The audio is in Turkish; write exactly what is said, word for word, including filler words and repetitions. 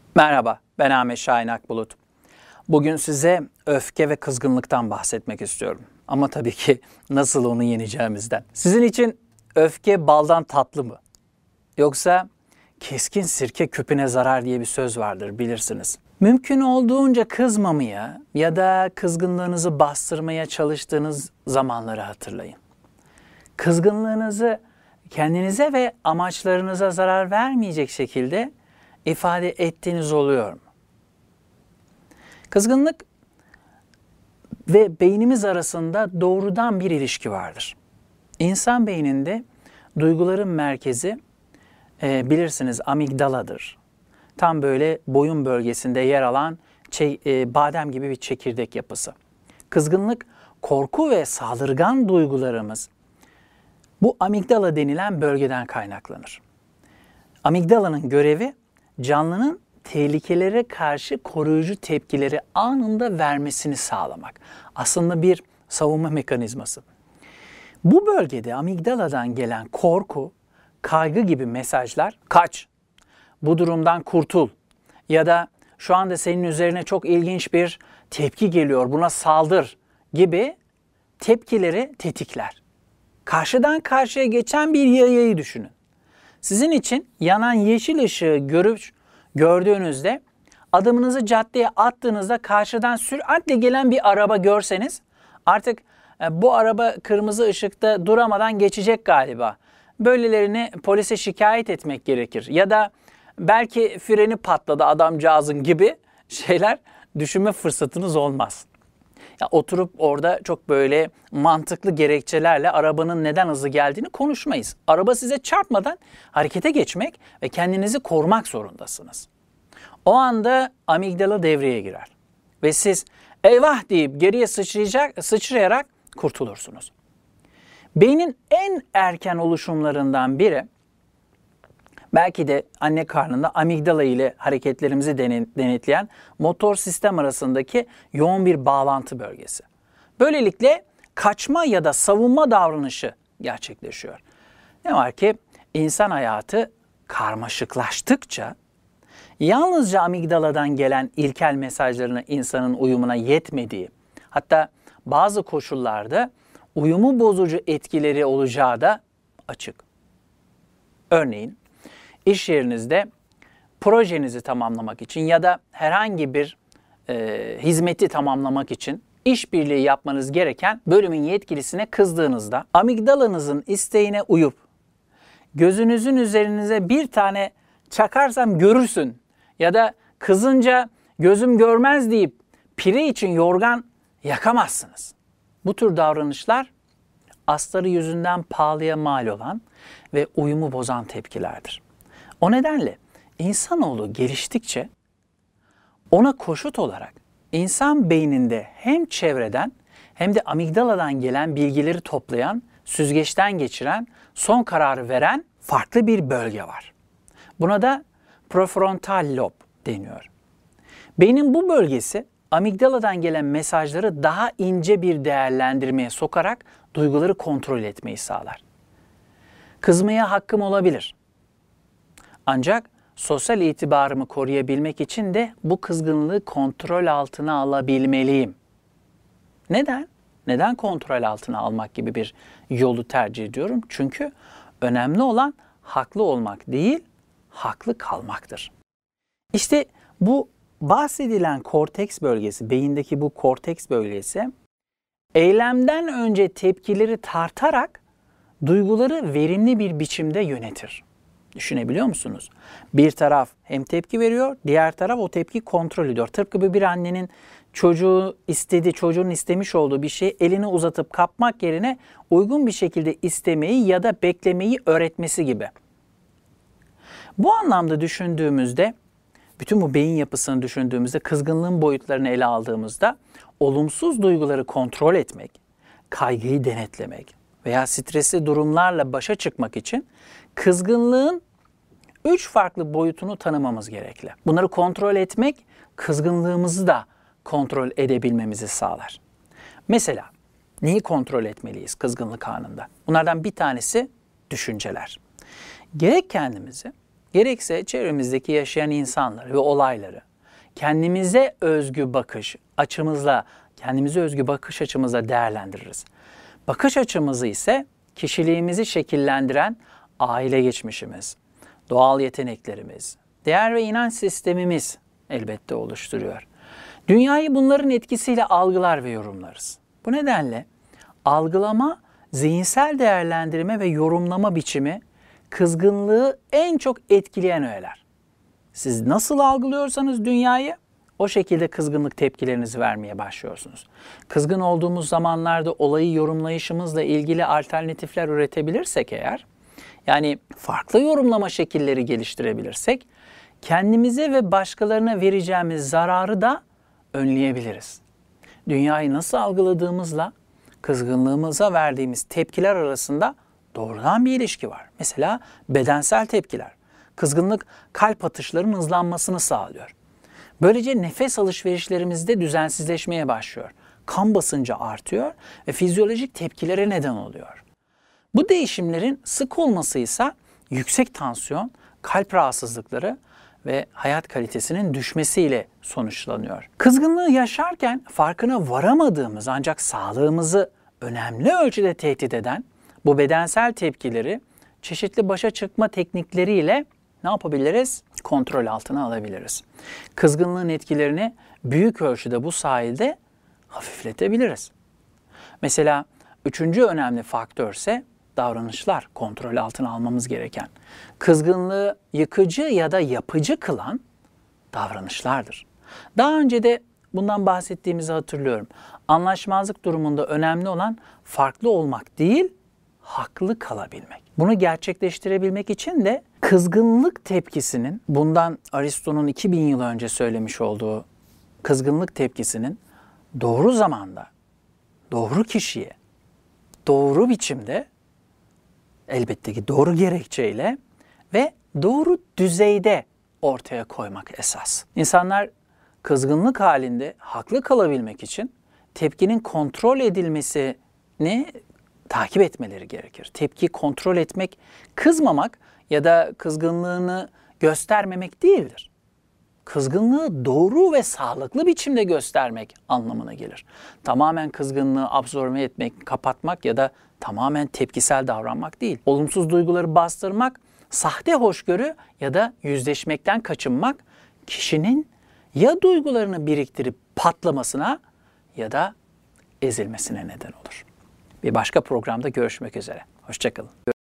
Merhaba, ben Ahmet Şahin Akbulut. Bugün size öfke ve kızgınlıktan bahsetmek istiyorum. Ama tabii ki nasıl onu yeneceğimizden. Sizin için öfke baldan tatlı mı? Yoksa keskin sirke küpüne zarar diye bir söz vardır, bilirsiniz. Mümkün olduğunca kızmamaya ya da kızgınlığınızı bastırmaya çalıştığınız zamanları hatırlayın. Kızgınlığınızı kendinize ve amaçlarınıza zarar vermeyecek şekilde ifade ettiğiniz oluyor mu? Kızgınlık ve beynimiz arasında doğrudan bir ilişki vardır. İnsan beyninde duyguların merkezi e, bilirsiniz amigdaladır. Tam böyle boyun bölgesinde yer alan şey, e, badem gibi bir çekirdek yapısı. Kızgınlık, korku ve saldırgan duygularımız bu amigdala denilen bölgeden kaynaklanır. Amigdalanın görevi canlının tehlikelere karşı koruyucu tepkileri anında vermesini sağlamak. Aslında bir savunma mekanizması. Bu bölgede amigdaladan gelen korku, kaygı gibi mesajlar, kaç, bu durumdan kurtul ya da şu anda senin üzerine çok ilginç bir tepki geliyor, buna saldır gibi tepkileri tetikler. Karşıdan karşıya geçen bir yayayı düşünün. Sizin için yanan yeşil ışığı görüp gördüğünüzde adımınızı caddeye attığınızda karşıdan süratle gelen bir araba görseniz artık bu araba kırmızı ışıkta duramadan geçecek galiba. Böylelerini polise şikayet etmek gerekir. Ya da belki freni patladı adamcağızın gibi şeyler düşünme fırsatınız olmaz. Ya oturup orada çok böyle mantıklı gerekçelerle arabanın neden hızlı geldiğini konuşmayız. Araba size çarpmadan harekete geçmek ve kendinizi korumak zorundasınız. O anda amigdala devreye girer ve siz eyvah deyip geriye sıçrayacak, sıçrayarak kurtulursunuz. Beynin en erken oluşumlarından biri belki de anne karnında amigdala ile hareketlerimizi denetleyen motor sistem arasındaki yoğun bir bağlantı bölgesi. Böylelikle kaçma ya da savunma davranışı gerçekleşiyor. Ne var ki insan hayatı karmaşıklaştıkça yalnızca amigdaladan gelen ilkel mesajlarına insanın uyumuna yetmediği, hatta bazı koşullarda uyumu bozucu etkileri olacağı da açık. Örneğin İş yerinizde projenizi tamamlamak için ya da herhangi bir e, hizmeti tamamlamak için işbirliği yapmanız gereken bölümün yetkilisine kızdığınızda amigdalanızın isteğine uyup gözünüzün üzerinize bir tane çakarsam görürsün ya da kızınca gözüm görmez deyip pire için yorgan yakamazsınız. Bu tür davranışlar astarı yüzünden pahalıya mal olan ve uyumu bozan tepkilerdir. O nedenle insanoğlu geliştikçe ona koşut olarak insan beyninde hem çevreden hem de amigdaladan gelen bilgileri toplayan, süzgeçten geçiren, son kararı veren farklı bir bölge var. Buna da prefrontal lob deniyor. Beynin bu bölgesi amigdaladan gelen mesajları daha ince bir değerlendirmeye sokarak duyguları kontrol etmeyi sağlar. Kızmaya hakkım olabilir. Ancak sosyal itibarımı koruyabilmek için de bu kızgınlığı kontrol altına alabilmeliyim. Neden? Neden kontrol altına almak gibi bir yolu tercih ediyorum? Çünkü önemli olan haklı olmak değil, haklı kalmaktır. İşte bu bahsedilen korteks bölgesi, beyindeki bu korteks bölgesi, eylemden önce tepkileri tartarak duyguları verimli bir biçimde yönetir. Düşünebiliyor musunuz? Bir taraf hem tepki veriyor, diğer taraf o tepki kontrol ediyor. Tıpkı bir annenin çocuğu istediği, çocuğun istemiş olduğu bir şeyi elini uzatıp kapmak yerine uygun bir şekilde istemeyi ya da beklemeyi öğretmesi gibi. Bu anlamda düşündüğümüzde, bütün bu beyin yapısını düşündüğümüzde, kızgınlığın boyutlarını ele aldığımızda olumsuz duyguları kontrol etmek, kaygıyı denetlemek veya stresli durumlarla başa çıkmak için kızgınlığın üç farklı boyutunu tanımamız gerekli. Bunları kontrol etmek, kızgınlığımızı da kontrol edebilmemizi sağlar. Mesela neyi kontrol etmeliyiz kızgınlık anında? Bunlardan bir tanesi düşünceler. Gerek kendimizi, gerekse çevremizdeki yaşayan insanları ve olayları kendimize özgü bakış açımızla, kendimize özgü bakış açımızla değerlendiririz. Bakış açımızı ise kişiliğimizi şekillendiren aile geçmişimiz, doğal yeteneklerimiz, değer ve inanç sistemimiz elbette oluşturuyor. Dünyayı bunların etkisiyle algılar ve yorumlarız. Bu nedenle algılama, zihinsel değerlendirme ve yorumlama biçimi kızgınlığı en çok etkileyen öğeler. Siz nasıl algılıyorsanız dünyayı, o şekilde kızgınlık tepkilerinizi vermeye başlıyorsunuz. Kızgın olduğumuz zamanlarda olayı yorumlayışımızla ilgili alternatifler üretebilirsek eğer, yani farklı yorumlama şekilleri geliştirebilirsek, kendimize ve başkalarına vereceğimiz zararı da önleyebiliriz. Dünyayı nasıl algıladığımızla kızgınlığımıza verdiğimiz tepkiler arasında doğrudan bir ilişki var. Mesela bedensel tepkiler. Kızgınlık kalp atışlarının hızlanmasını sağlıyor. Böylece nefes alışverişlerimizde düzensizleşmeye başlıyor. Kan basıncı artıyor ve fizyolojik tepkilere neden oluyor. Bu değişimlerin sık olması ise yüksek tansiyon, kalp rahatsızlıkları ve hayat kalitesinin düşmesiyle sonuçlanıyor. Kızgınlığı yaşarken farkına varamadığımız ancak sağlığımızı önemli ölçüde tehdit eden bu bedensel tepkileri çeşitli başa çıkma teknikleriyle ne yapabiliriz? Kontrol altına alabiliriz. Kızgınlığın etkilerini büyük ölçüde bu sayede hafifletebiliriz. Mesela üçüncü önemli faktör ise davranışlar, kontrol altına almamız gereken. Kızgınlığı yıkıcı ya da yapıcı kılan davranışlardır. Daha önce de bundan bahsettiğimizi hatırlıyorum. Anlaşmazlık durumunda önemli olan farklı olmak değil, haklı kalabilmek. Bunu gerçekleştirebilmek için de kızgınlık tepkisinin, bundan Aristo'nun iki bin yıl önce söylemiş olduğu kızgınlık tepkisinin doğru zamanda, doğru kişiye, doğru biçimde, elbette ki doğru gerekçeyle ve doğru düzeyde ortaya koymak esas. İnsanlar kızgınlık halinde haklı kalabilmek için tepkinin kontrol edilmesini takip etmeleri gerekir. Tepkiyi kontrol etmek, kızmamak ya da kızgınlığını göstermemek değildir. Kızgınlığı doğru ve sağlıklı biçimde göstermek anlamına gelir. Tamamen kızgınlığı absorbe etmek, kapatmak ya da tamamen tepkisel davranmak değil. Olumsuz duyguları bastırmak, sahte hoşgörü ya da yüzleşmekten kaçınmak kişinin ya duygularını biriktirip patlamasına ya da ezilmesine neden olur. Bir başka programda görüşmek üzere. Hoşça kalın.